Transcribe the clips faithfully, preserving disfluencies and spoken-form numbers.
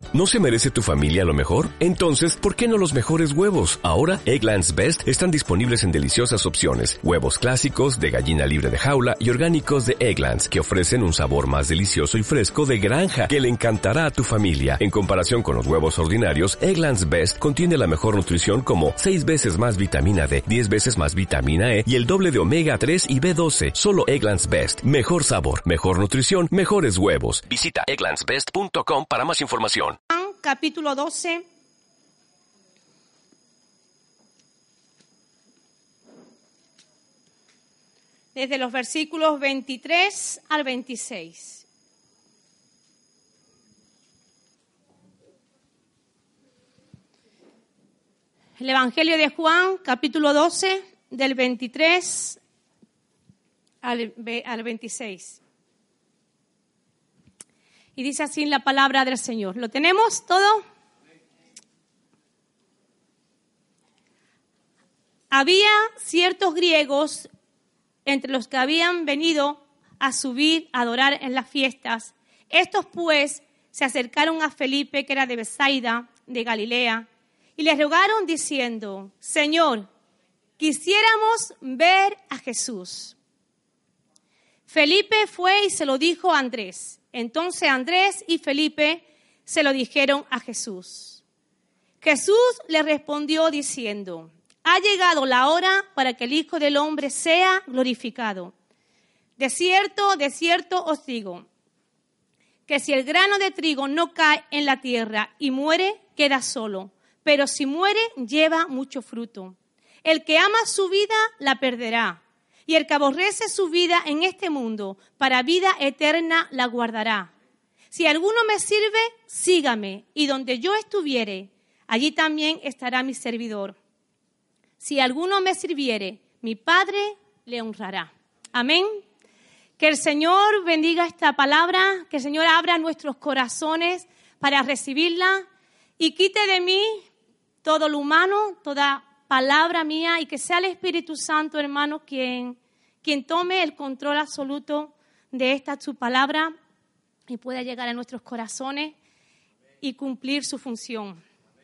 ¿No se merece tu familia lo mejor? Entonces, ¿por qué no los mejores huevos? Ahora, Eggland's Best están disponibles en deliciosas opciones. Huevos clásicos, de gallina libre de jaula y orgánicos de Eggland's, que ofrecen un sabor más delicioso y fresco de granja que le encantará a tu familia. En comparación con los huevos ordinarios, Eggland's Best contiene la mejor nutrición como seis veces más vitamina D, diez veces más vitamina E y el doble de omega tres y B doce. Solo Eggland's Best. Mejor sabor, mejor nutrición, mejores huevos. Visita egglands best punto com para más información. Juan capítulo doce. Desde los versículos veintitrés al veintiséis. El Evangelio de Juan, capítulo doce, del veintitrés al, al veintiséis. Y dice así la palabra del Señor. ¿Lo tenemos todo? Había ciertos griegos entre los que habían venido a subir a adorar en las fiestas. Estos pues se acercaron a Felipe, que era de Betsaida, de Galilea, y le rogaron diciendo: Señor, quisiéramos ver a Jesús. Felipe fue y se lo dijo a Andrés. Entonces Andrés y Felipe se lo dijeron a Jesús. Jesús le respondió diciendo: ha llegado la hora para que el Hijo del Hombre sea glorificado. De cierto, de cierto os digo, que si el grano de trigo no cae en la tierra y muere, queda solo, pero si muere, lleva mucho fruto. El que ama su vida, la perderá. Y el que aborrece su vida en este mundo, para vida eterna la guardará. Si alguno me sirve, sígame, y donde yo estuviere, allí también estará mi servidor. Si alguno me sirviere, mi Padre le honrará. Amén. Que el Señor bendiga esta palabra, que el Señor abra nuestros corazones para recibirla y quite de mí todo lo humano, toda palabra mía, y que sea el Espíritu Santo, hermano, quien, quien tome el control absoluto de esta su palabra y pueda llegar a nuestros corazones y cumplir su función.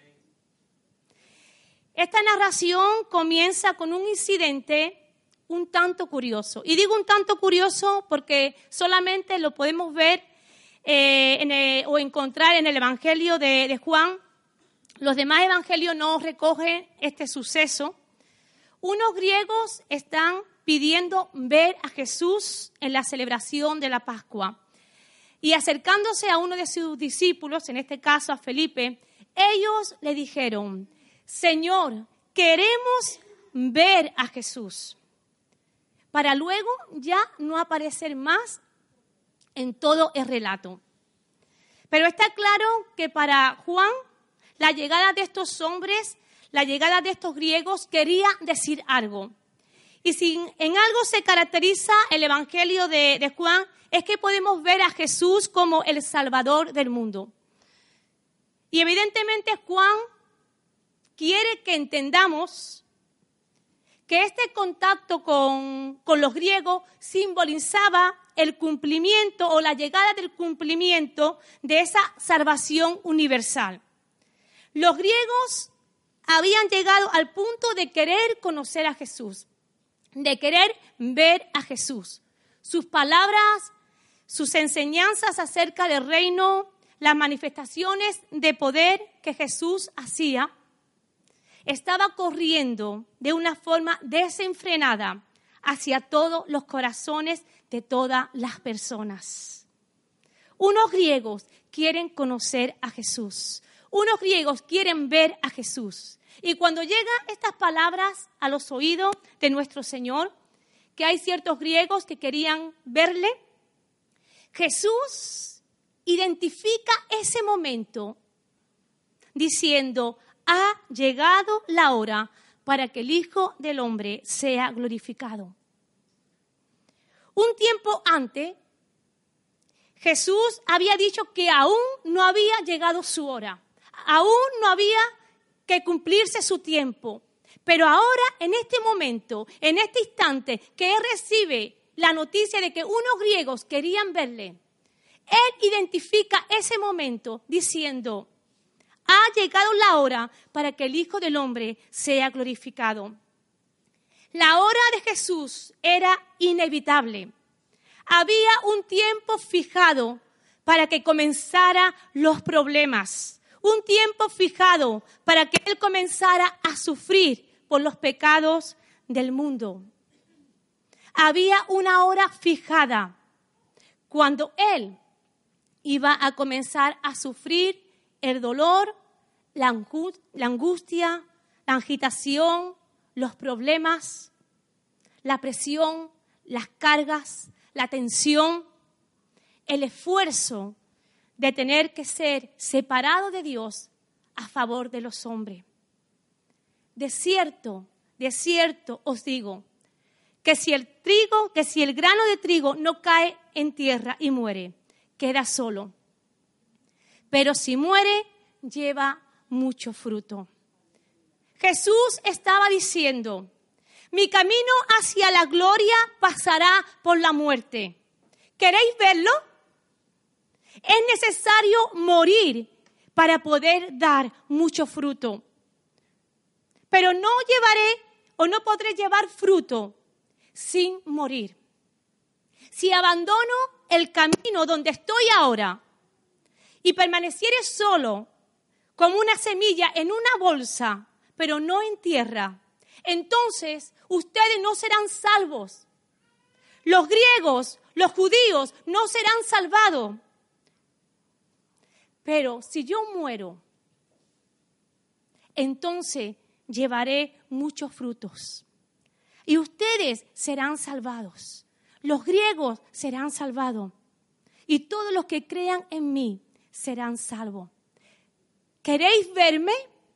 Esta narración comienza con un incidente un tanto curioso. Y digo un tanto curioso porque solamente lo podemos ver eh, en el, o encontrar en el Evangelio de, de Juan. Los demás evangelios no recogen este suceso. Unos griegos están pidiendo ver a Jesús en la celebración de la Pascua. Y acercándose a uno de sus discípulos, en este caso a Felipe, ellos le dijeron: Señor, queremos ver a Jesús, para luego ya no aparecer más en todo el relato. Pero está claro que para Juan, la llegada de estos hombres, la llegada de estos griegos quería decir algo. Y si en algo se caracteriza el Evangelio de, de Juan, es que podemos ver a Jesús como el Salvador del mundo. Y evidentemente Juan quiere que entendamos que este contacto con, con los griegos simbolizaba el cumplimiento o la llegada del cumplimiento de esa salvación universal. Los griegos habían llegado al punto de querer conocer a Jesús, de querer ver a Jesús. Sus palabras, sus enseñanzas acerca del reino, las manifestaciones de poder que Jesús hacía, estaba corriendo de una forma desenfrenada hacia todos los corazones de todas las personas. Unos griegos quieren conocer a Jesús. Unos griegos quieren ver a Jesús. Y cuando llegan estas palabras a los oídos de nuestro Señor, que hay ciertos griegos que querían verle, Jesús identifica ese momento diciendo: ha llegado la hora para que el Hijo del Hombre sea glorificado. Un tiempo antes, Jesús había dicho que aún no había llegado su hora, aún no había que cumplirse su tiempo. Pero ahora, en este momento, en este instante que Él recibe la noticia de que unos griegos querían verle, Él identifica ese momento diciendo: Ha llegado la hora para que el Hijo del Hombre sea glorificado. La hora de Jesús era inevitable. Había un tiempo fijado para que comenzara los problemas. Un tiempo fijado para que Él comenzara a sufrir por los pecados del mundo. Había una hora fijada cuando Él iba a comenzar a sufrir el dolor, la angustia, la agitación, los problemas, la presión, las cargas, la tensión, el esfuerzo de tener que ser separado de Dios a favor de los hombres. De cierto, de cierto os digo, que si el trigo, que si el grano de trigo no cae en tierra y muere, queda solo. Pero si muere, lleva mucho fruto. Jesús estaba diciendo, mi camino hacia la gloria pasará por la muerte. ¿Queréis verlo? Es necesario morir para poder dar mucho fruto. Pero no llevaré o no podré llevar fruto sin morir. Si abandono el camino donde estoy ahora y permaneciere solo como una semilla en una bolsa, pero no en tierra, entonces ustedes no serán salvos. Los griegos, los judíos no serán salvados. Pero si yo muero, entonces llevaré muchos frutos. Y ustedes serán salvados. Los griegos serán salvados. Y todos los que crean en mí serán salvos. ¿Queréis verme?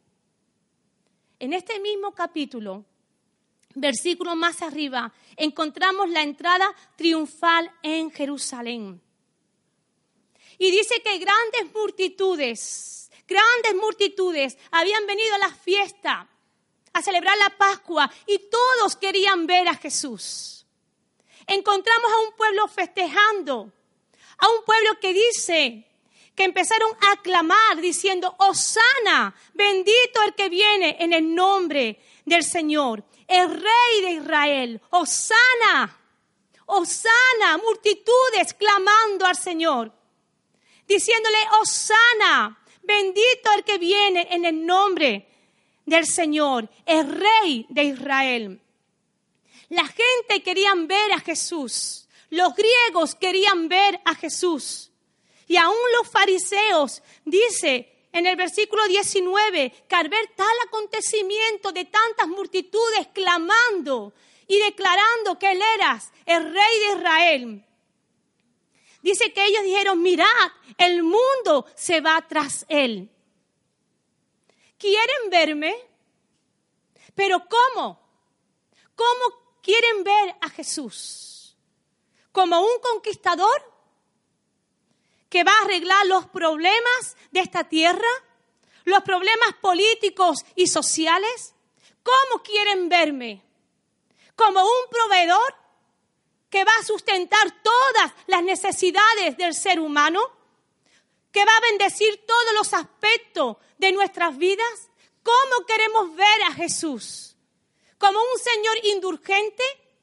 En este mismo capítulo, versículo más arriba, encontramos la entrada triunfal en Jerusalén. Y dice que grandes multitudes, grandes multitudes habían venido a la fiesta, a celebrar la Pascua, y todos querían ver a Jesús. Encontramos a un pueblo festejando, a un pueblo que dice que empezaron a clamar diciendo, Hosana, bendito el que viene en el nombre del Señor, el Rey de Israel, Hosana, Hosana, multitudes clamando al Señor, diciéndole, Hosana, bendito el que viene en el nombre del Señor, el Rey de Israel. La gente quería ver a Jesús, los griegos querían ver a Jesús. Y aún los fariseos, dice en el versículo diecinueve, que al ver tal acontecimiento de tantas multitudes clamando y declarando que Él era el Rey de Israel, dice que ellos dijeron, mirad, el mundo se va tras Él. ¿Quieren verme? ¿Pero cómo? ¿Cómo quieren ver a Jesús? ¿Como un conquistador que va a arreglar los problemas de esta tierra, los problemas políticos y sociales? ¿Cómo quieren verme? ¿Como un proveedor que va a sustentar todas las necesidades del ser humano? ¿Que va a bendecir todos los aspectos de nuestras vidas? ¿Cómo queremos ver a Jesús? ¿Como un Señor indulgente?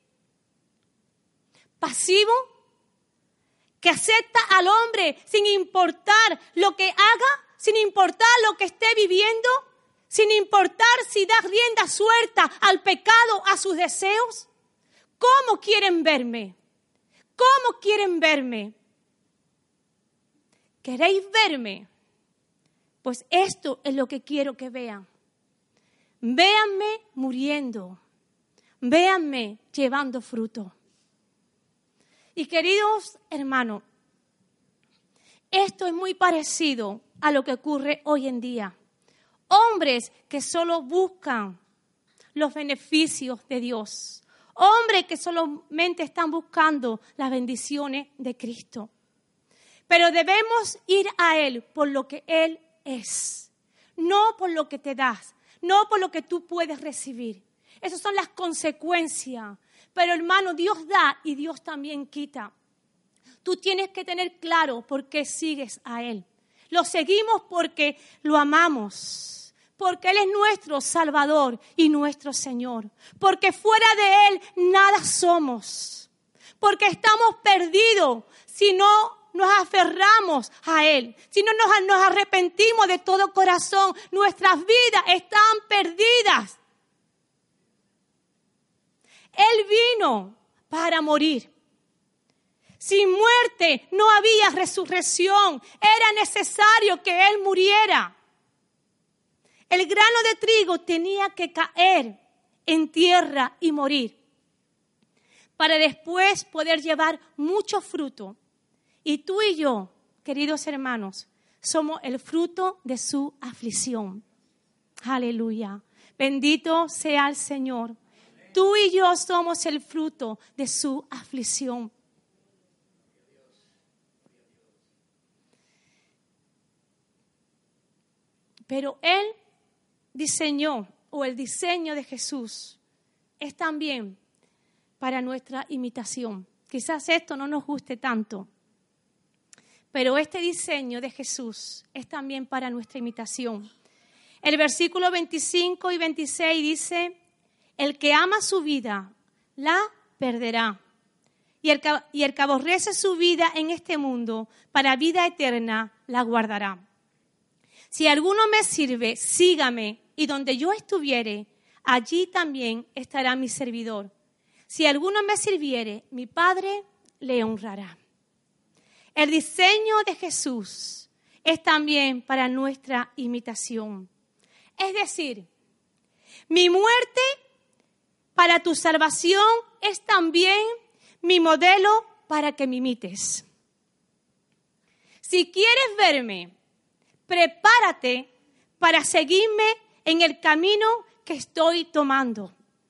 ¿Pasivo? Que acepta al hombre sin importar lo que haga, sin importar lo que esté viviendo, sin importar si da rienda suelta al pecado, a sus deseos. ¿Cómo quieren verme? ¿Cómo quieren verme? ¿Queréis verme? Pues esto es lo que quiero que vean. Véanme muriendo. Véanme llevando fruto. Y queridos hermanos, esto es muy parecido a lo que ocurre hoy en día. Hombres que solo buscan los beneficios de Dios. Hombres que solamente están buscando las bendiciones de Cristo. Pero debemos ir a Él por lo que Él es. No por lo que te das. No por lo que tú puedes recibir. Esas son las consecuencias. Pero hermano, Dios da y Dios también quita. Tú tienes que tener claro por qué sigues a Él. Lo seguimos porque lo amamos, porque Él es nuestro Salvador y nuestro Señor, porque fuera de Él nada somos, porque estamos perdidos si no nos aferramos a Él, si no nos, nos arrepentimos de todo corazón. Nuestras vidas están perdidas. Él vino para morir. Sin muerte no había resurrección. Era necesario que Él muriera. El grano de trigo tenía que caer en tierra y morir para después poder llevar mucho fruto. Y tú y yo, queridos hermanos, somos el fruto de su aflicción. Aleluya. Bendito sea el Señor. Tú y yo somos el fruto de su aflicción. Pero Él diseñó, o el diseño de Jesús, es también para nuestra imitación. Quizás esto no nos guste tanto, pero este diseño de Jesús es también para nuestra imitación. El versículo veinticinco y veintiséis dice: el que ama su vida, la perderá. Y el, que, y el que aborrece su vida en este mundo, para vida eterna, la guardará. Si alguno me sirve, sígame, y donde yo estuviere, allí también estará mi servidor. Si alguno me sirviere, mi Padre le honrará. El diseño de Jesús es también para nuestra imitación. Es decir, mi muerte para tu salvación es también mi modelo para que me imites. Si quieres verme, prepárate para seguirme en el camino que estoy tomando.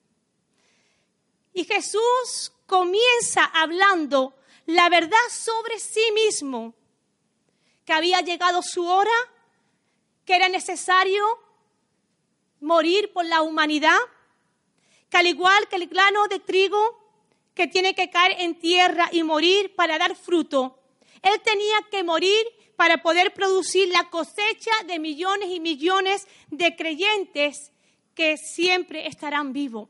Y Jesús comienza hablando la verdad sobre sí mismo, que había llegado su hora, que era necesario morir por la humanidad, que al igual que el grano de trigo que tiene que caer en tierra y morir para dar fruto, Él tenía que morir para poder producir la cosecha de millones y millones de creyentes que siempre estarán vivos.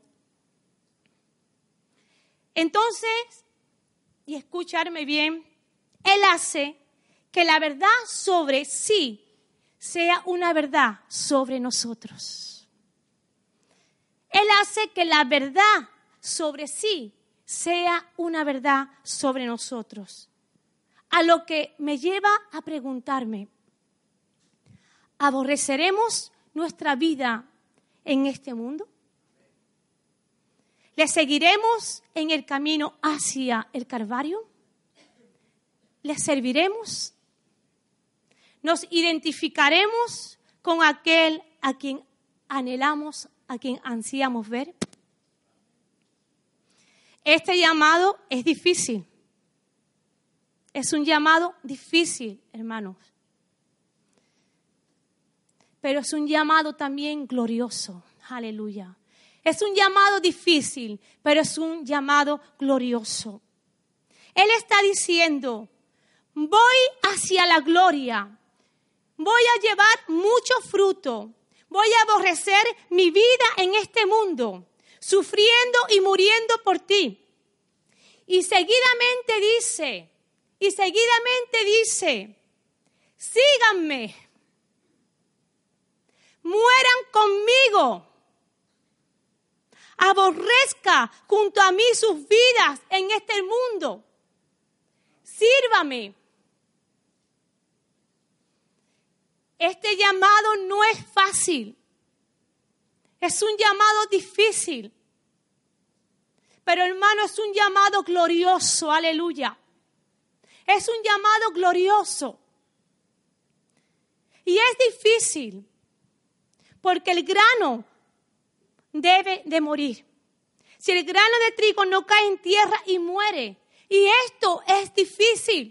Entonces, y escucharme bien, Él hace que la verdad sobre sí sea una verdad sobre nosotros. Él hace que la verdad sobre sí sea una verdad sobre nosotros. A lo que me lleva a preguntarme, ¿aborreceremos nuestra vida en este mundo? ¿Le seguiremos en el camino hacia el Calvario? ¿Le serviremos? ¿Nos identificaremos con aquel a quien anhelamos, a quien ansiamos ver? Este llamado es difícil. Es un llamado difícil, hermanos. Pero es un llamado también glorioso. Aleluya. Es un llamado difícil, pero es un llamado glorioso. Él está diciendo, voy hacia la gloria. Voy a llevar mucho fruto. Voy a aborrecer mi vida en este mundo, sufriendo y muriendo por ti. Y seguidamente dice... Y seguidamente dice, síganme, mueran conmigo, aborrezca junto a mí sus vidas en este mundo, sírvame. Este llamado no es fácil, es un llamado difícil, pero hermano, es un llamado glorioso, aleluya. Es un llamado glorioso. Y es difícil porque el grano debe de morir. Si el grano de trigo no cae en tierra y muere, y esto es difícil.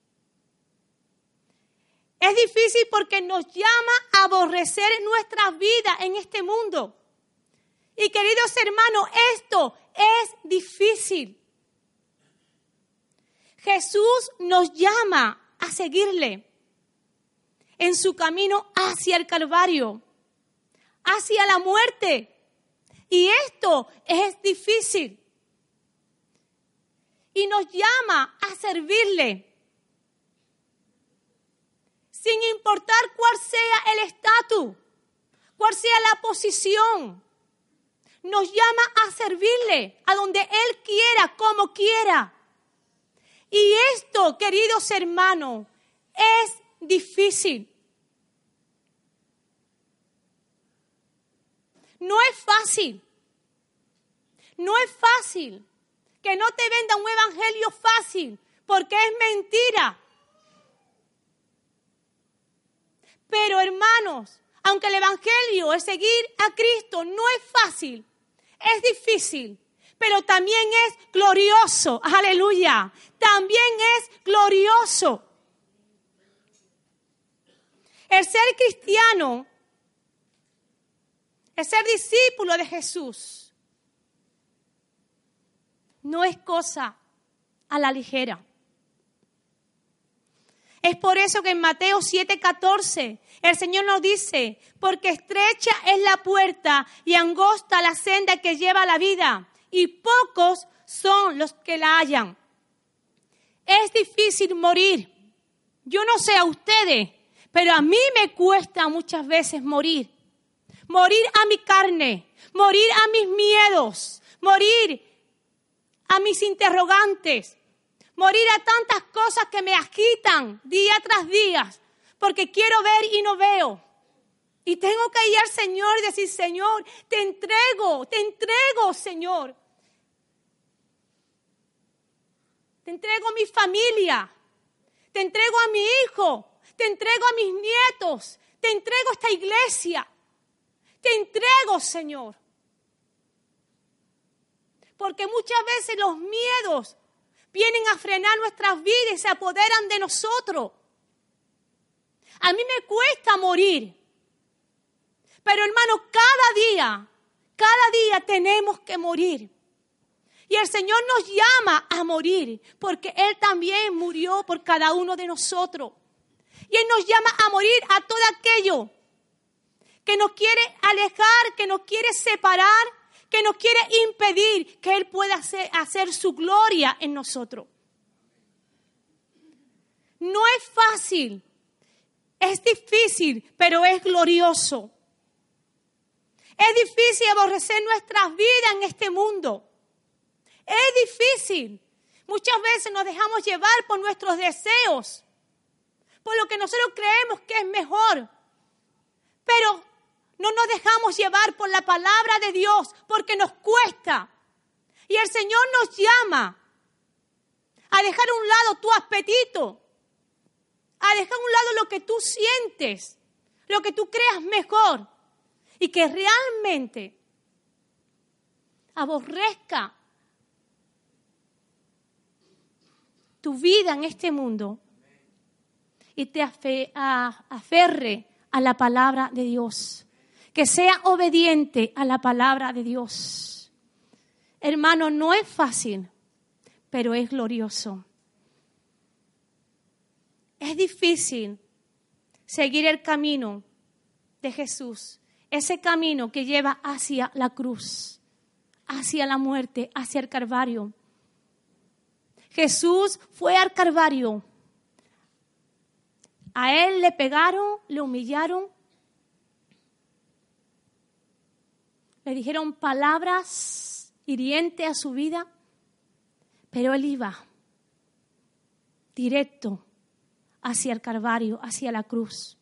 Es difícil porque nos llama a aborrecer nuestras vidas en este mundo. Y queridos hermanos, esto es difícil. Jesús nos llama a seguirle. en su camino hacia el Calvario, hacia la muerte. Y esto es difícil. Y nos llama a servirle. Sin importar cuál sea el estatus, cuál sea la posición. Nos llama a servirle a donde Él quiera, como quiera. Y esto, queridos hermanos, es difícil. No es fácil. No es fácil. Que no te venda un evangelio fácil, porque es mentira. Pero hermanos, aunque el evangelio es seguir a Cristo, no es fácil, es difícil, pero también es glorioso. Aleluya. También es glorioso. El ser cristiano, el ser discípulo de Jesús, no es cosa a la ligera. Es por eso que en Mateo siete catorce el Señor nos dice, porque estrecha es la puerta y angosta la senda que lleva a la vida, y pocos son los que la hallan. Es difícil morir. Yo no sé a ustedes, pero a mí me cuesta muchas veces morir. Morir a mi carne, morir a mis miedos, morir a mis interrogantes, morir a tantas cosas que me agitan día tras día, porque quiero ver y no veo. Y tengo que ir al Señor y decir, Señor, te entrego, te entrego, Señor. Te entrego a mi familia, te entrego a mi hijo, te entrego a mis nietos, te entrego a esta iglesia, te entrego, Señor. Porque muchas veces los miedos vienen a frenar nuestras vidas y se apoderan de nosotros. A mí me cuesta morir. Pero hermanos, cada día, cada día tenemos que morir. Y el Señor nos llama a morir, porque Él también murió por cada uno de nosotros. Y Él nos llama a morir a todo aquello que nos quiere alejar, que nos quiere separar, que nos quiere impedir que Él pueda hacer, hacer su gloria en nosotros. No es fácil, es difícil, pero es glorioso. Es difícil aborrecer nuestras vidas en este mundo. Es difícil. Muchas veces nos dejamos llevar por nuestros deseos, por lo que nosotros creemos que es mejor. Pero no nos dejamos llevar por la palabra de Dios porque nos cuesta. Y el Señor nos llama a dejar a un lado tu apetito, a dejar a un lado lo que tú sientes, lo que tú creas mejor y que realmente aborrezca tu vida en este mundo y te afe- a- aferre a la palabra de Dios. Que sea obediente a la palabra de Dios. Hermano, no es fácil, pero es glorioso. Es difícil seguir el camino de Jesús, ese camino que lleva hacia la cruz, hacia la muerte, hacia el Calvario. Jesús fue al Calvario. A Él le pegaron, le humillaron, le dijeron palabras hirientes a su vida, pero Él iba directo hacia el Calvario, hacia la cruz.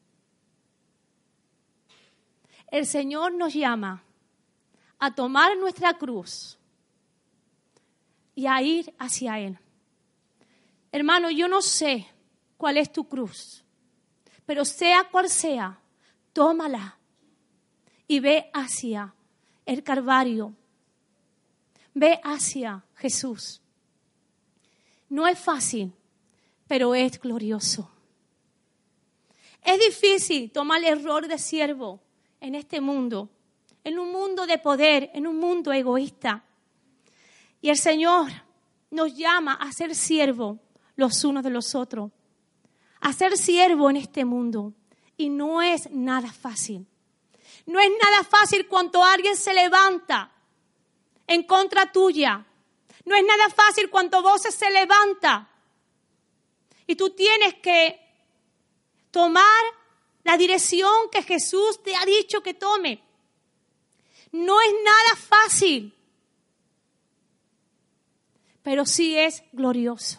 El Señor nos llama a tomar nuestra cruz y a ir hacia Él. Hermano, yo no sé cuál es tu cruz, pero sea cual sea, tómala y ve hacia el Calvario. Ve hacia Jesús. No es fácil, pero es glorioso. Es difícil tomar el rol de siervo en este mundo, en un mundo de poder, en un mundo egoísta. Y el Señor nos llama a ser siervos los unos de los otros, a ser siervos en este mundo. Y no es nada fácil. No es nada fácil cuando alguien se levanta en contra tuya. No es nada fácil cuando voces se levanta. Y tú tienes que tomar la dirección que Jesús te ha dicho que tome. No es nada fácil, pero sí es glorioso.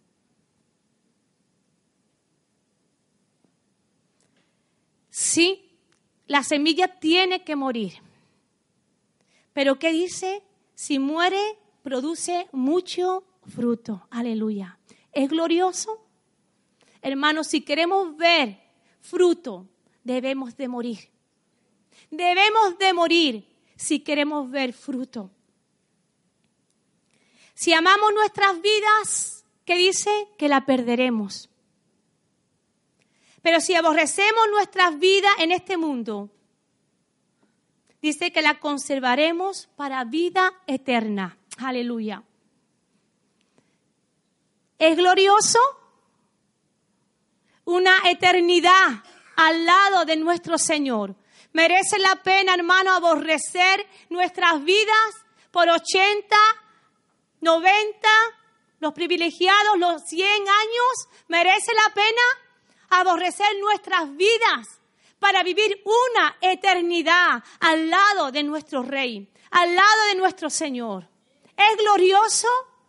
Sí, la semilla tiene que morir. Pero ¿qué dice? Si muere, produce mucho fruto. Aleluya. ¿Es glorioso? Hermanos, si queremos ver fruto, debemos de morir. Debemos de morir si queremos ver fruto. Si amamos nuestras vidas, ¿qué dice? Que la perderemos. Pero si aborrecemos nuestras vidas en este mundo, dice que la conservaremos para vida eterna. Aleluya. ¿Es glorioso? Una eternidad al lado de nuestro Señor. Merece la pena, hermano, aborrecer nuestras vidas por ochenta, noventa, los privilegiados, los cien años. Merece la pena aborrecer nuestras vidas para vivir una eternidad al lado de nuestro Rey, al lado de nuestro Señor. ¿Es glorioso?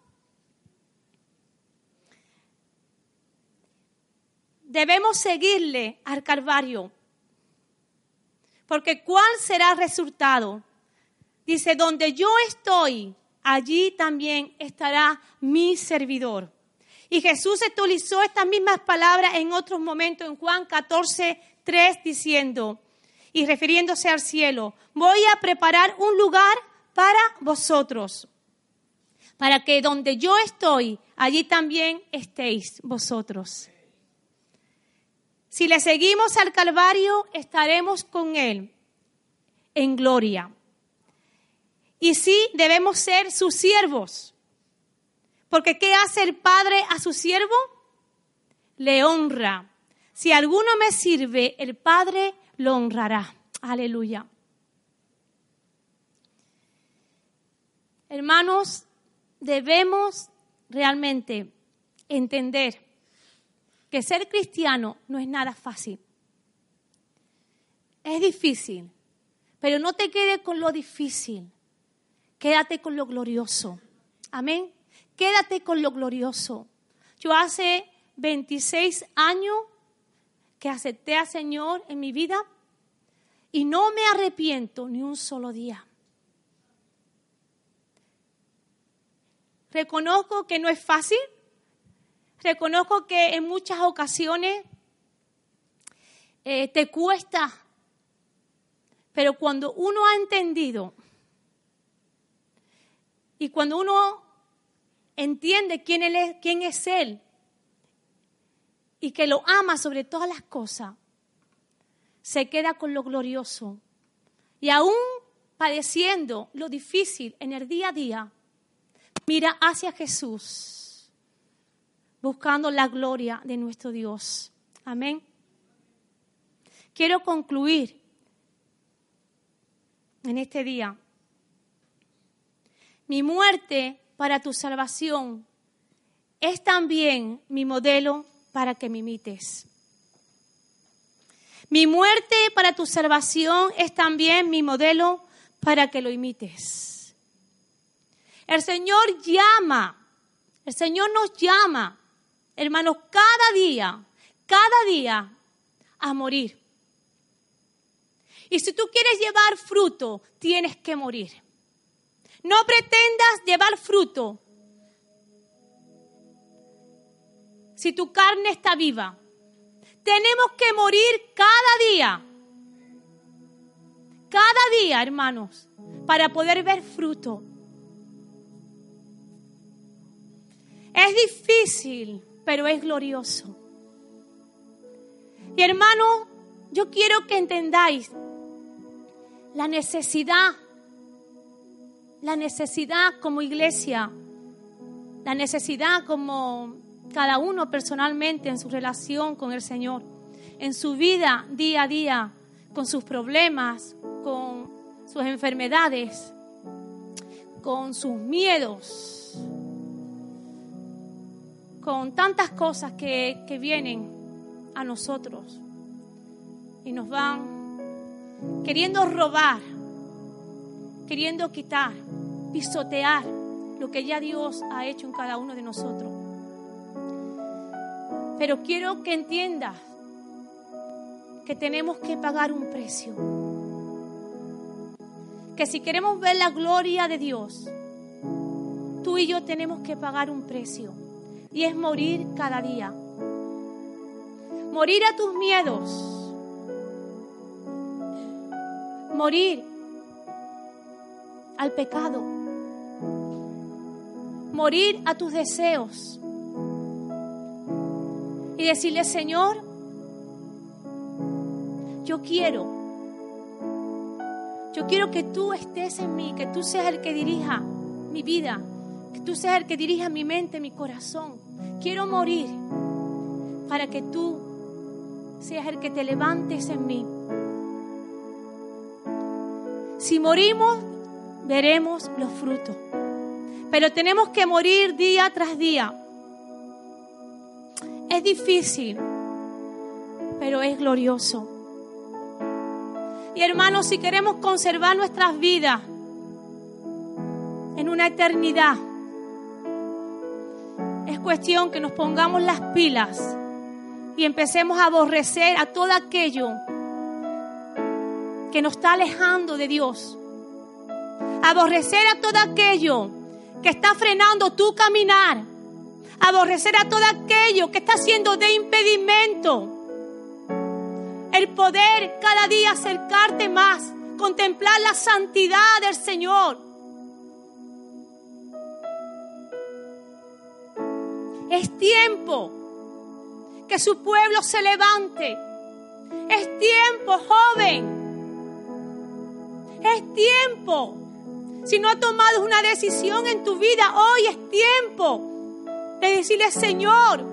Debemos seguirle al Calvario, porque ¿cuál será el resultado? Dice, donde yo estoy, allí también estará mi servidor. Y Jesús utilizó estas mismas palabras en otros momentos, en Juan catorce, tres, diciendo, y refiriéndose al cielo, voy a preparar un lugar para vosotros, para que donde yo estoy, allí también estéis vosotros. Si le seguimos al Calvario, estaremos con Él en gloria. Y sí, debemos ser sus siervos. Porque ¿qué hace el Padre a su siervo? Le honra. Si alguno me sirve, el Padre lo honrará. Aleluya. Hermanos, debemos realmente entender que ser cristiano no es nada fácil. Es difícil, pero no te quedes con lo difícil. Quédate con lo glorioso. Amén. Quédate con lo glorioso. Yo hace veintiséis años que acepté al Señor en mi vida y no me arrepiento ni un solo día. Reconozco que no es fácil. Reconozco que en muchas ocasiones eh, te cuesta, pero cuando uno ha entendido y cuando uno entiende quién, él es, quién es Él y que lo ama sobre todas las cosas, se queda con lo glorioso. Y aún padeciendo lo difícil en el día a día, mira hacia Jesús, buscando la gloria de nuestro Dios. Amén. Quiero concluir en este día. Mi muerte para tu salvación es también mi modelo para que me imites. Mi muerte para tu salvación es también mi modelo para que lo imites. El Señor llama, el Señor nos llama, hermanos, cada día, cada día a morir. Y si tú quieres llevar fruto, tienes que morir. No pretendas llevar fruto si tu carne está viva. Tenemos que morir cada día. Cada día, hermanos, para poder ver fruto. Es difícil, pero es glorioso. Y hermano, yo quiero que entendáis la necesidad, la necesidad como iglesia, la necesidad como cada uno personalmente en su relación con el Señor. en su vida día a día, con sus problemas, con sus enfermedades, con sus miedos, con tantas cosas que, que vienen a nosotros y nos van queriendo robar, queriendo quitar, pisotear lo que ya Dios ha hecho en cada uno de nosotros. Pero quiero que entiendas que tenemos que pagar un precio. Que si queremos ver la gloria de Dios, tú y yo tenemos que pagar un precio. Y es morir cada día. Morir a tus miedos. Morir al pecado. Morir a tus deseos. Y decirle, Señor, yo quiero, yo quiero que tú estés en mí, que tú seas el que dirija mi vida, que tú seas el que dirija mi mente, mi corazón. Quiero morir para que tú seas el que te levantes en mí. Si morimos, veremos los frutos. Pero tenemos que morir día tras día. Es difícil, pero es glorioso. Y hermanos, si queremos conservar nuestras vidas en una eternidad, es cuestión que nos pongamos las pilas y empecemos a aborrecer a todo aquello que nos está alejando de Dios. Aborrecer a todo aquello que está frenando tu caminar. Aborrecer a todo aquello que está haciendo de impedimento el poder cada día acercarte más, contemplar la santidad del Señor. Es tiempo que su pueblo se levante. Es tiempo, joven. Es tiempo. Si no has tomado una decisión en tu vida, hoy es tiempo de decirle, Señor,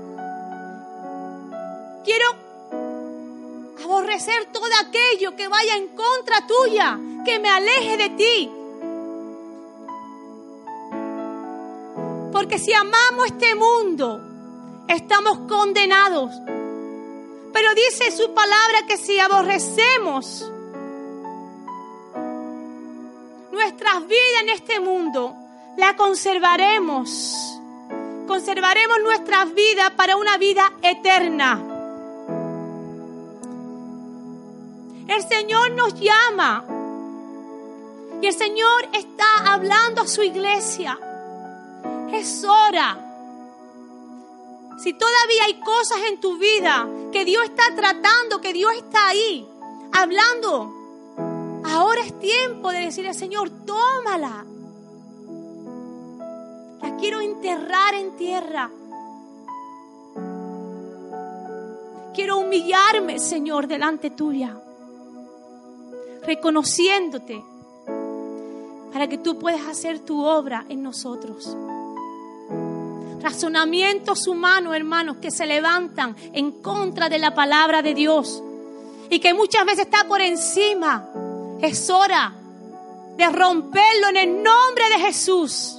quiero aborrecer todo aquello que vaya en contra tuya, que me aleje de ti. Porque si amamos este mundo, estamos condenados. Pero dice su palabra que si aborrecemos nuestras vidas en este mundo, la conservaremos. Conservaremos nuestras vidas para una vida eterna. El Señor nos llama y el Señor está hablando a su iglesia. Es hora. Si todavía hay cosas en tu vida que Dios está tratando, que Dios está ahí hablando, ahora es tiempo de decirle al Señor, tómala. La quiero enterrar en tierra. Quiero humillarme, Señor, delante tuya, reconociéndote para que tú puedas hacer tu obra en nosotros. Razonamientos humanos, hermanos, que se levantan en contra de la palabra de Dios y que muchas veces está por encima. Es hora de romperlo en el nombre de Jesús.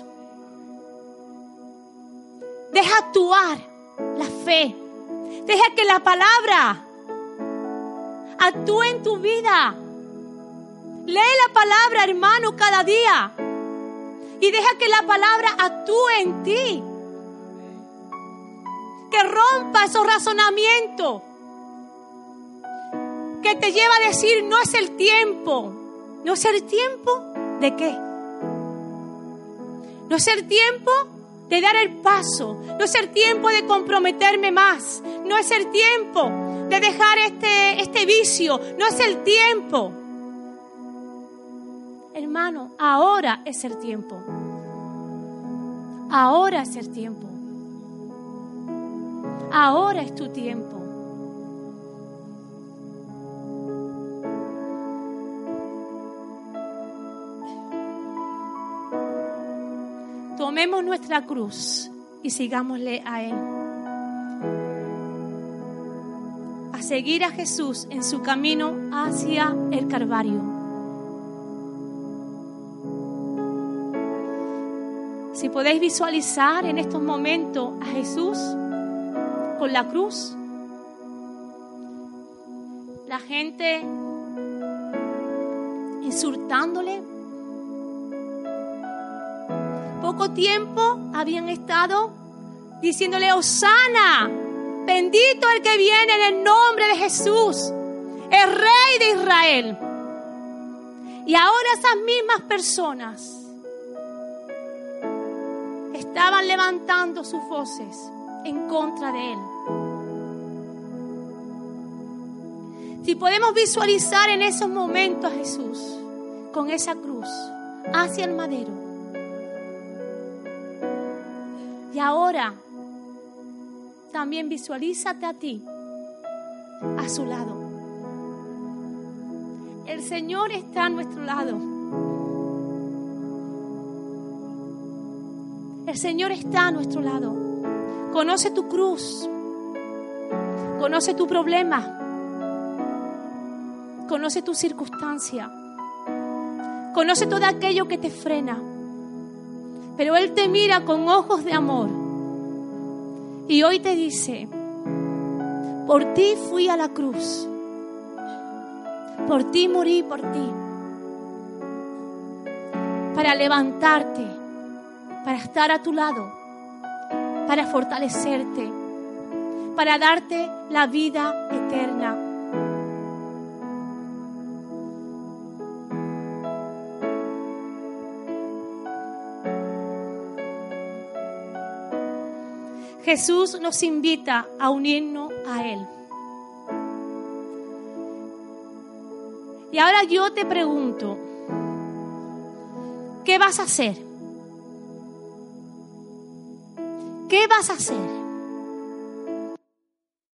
Deja actuar la fe. Deja que la palabra actúe en tu vida. Lee la palabra, hermano, cada día. Y deja que la palabra actúe en ti. Que rompa esos razonamientos que te lleva a decir, no es el tiempo. ¿No es el tiempo de qué? No es el tiempo de dar el paso. No es el tiempo de comprometerme más. No es el tiempo de dejar este, este vicio. No es el tiempo. Hermano, ahora es el tiempo. Ahora es el tiempo. Ahora es tu tiempo. Tomemos nuestra cruz y sigámosle a Él. seguir a Jesús en su camino hacia el Calvario. Si podéis visualizar en estos momentos a Jesús con la cruz, la gente insultándole. Poco tiempo habían estado diciéndole: Hosana, bendito el que viene en el nombre de Jesús, el Rey de Israel. Y ahora esas mismas personas estaban levantando sus voces en contra de él. Si podemos visualizar en esos momentos a Jesús con esa cruz hacia el madero, y ahora también visualízate a ti a su lado. El Señor está a nuestro lado. El Señor está a nuestro lado. Conoce tu cruz. Conoce tu problema. Conoce tu circunstancia. Conoce todo aquello que te frena. Pero Él te mira con ojos de amor. Y hoy te dice: por ti fui a la cruz. Por ti morí, por ti. Para levantarte, para estar a tu lado, para fortalecerte, para darte la vida eterna. Jesús nos invita a unirnos a Él. Y ahora yo te pregunto, ¿qué vas a hacer? ¿Qué vas a hacer?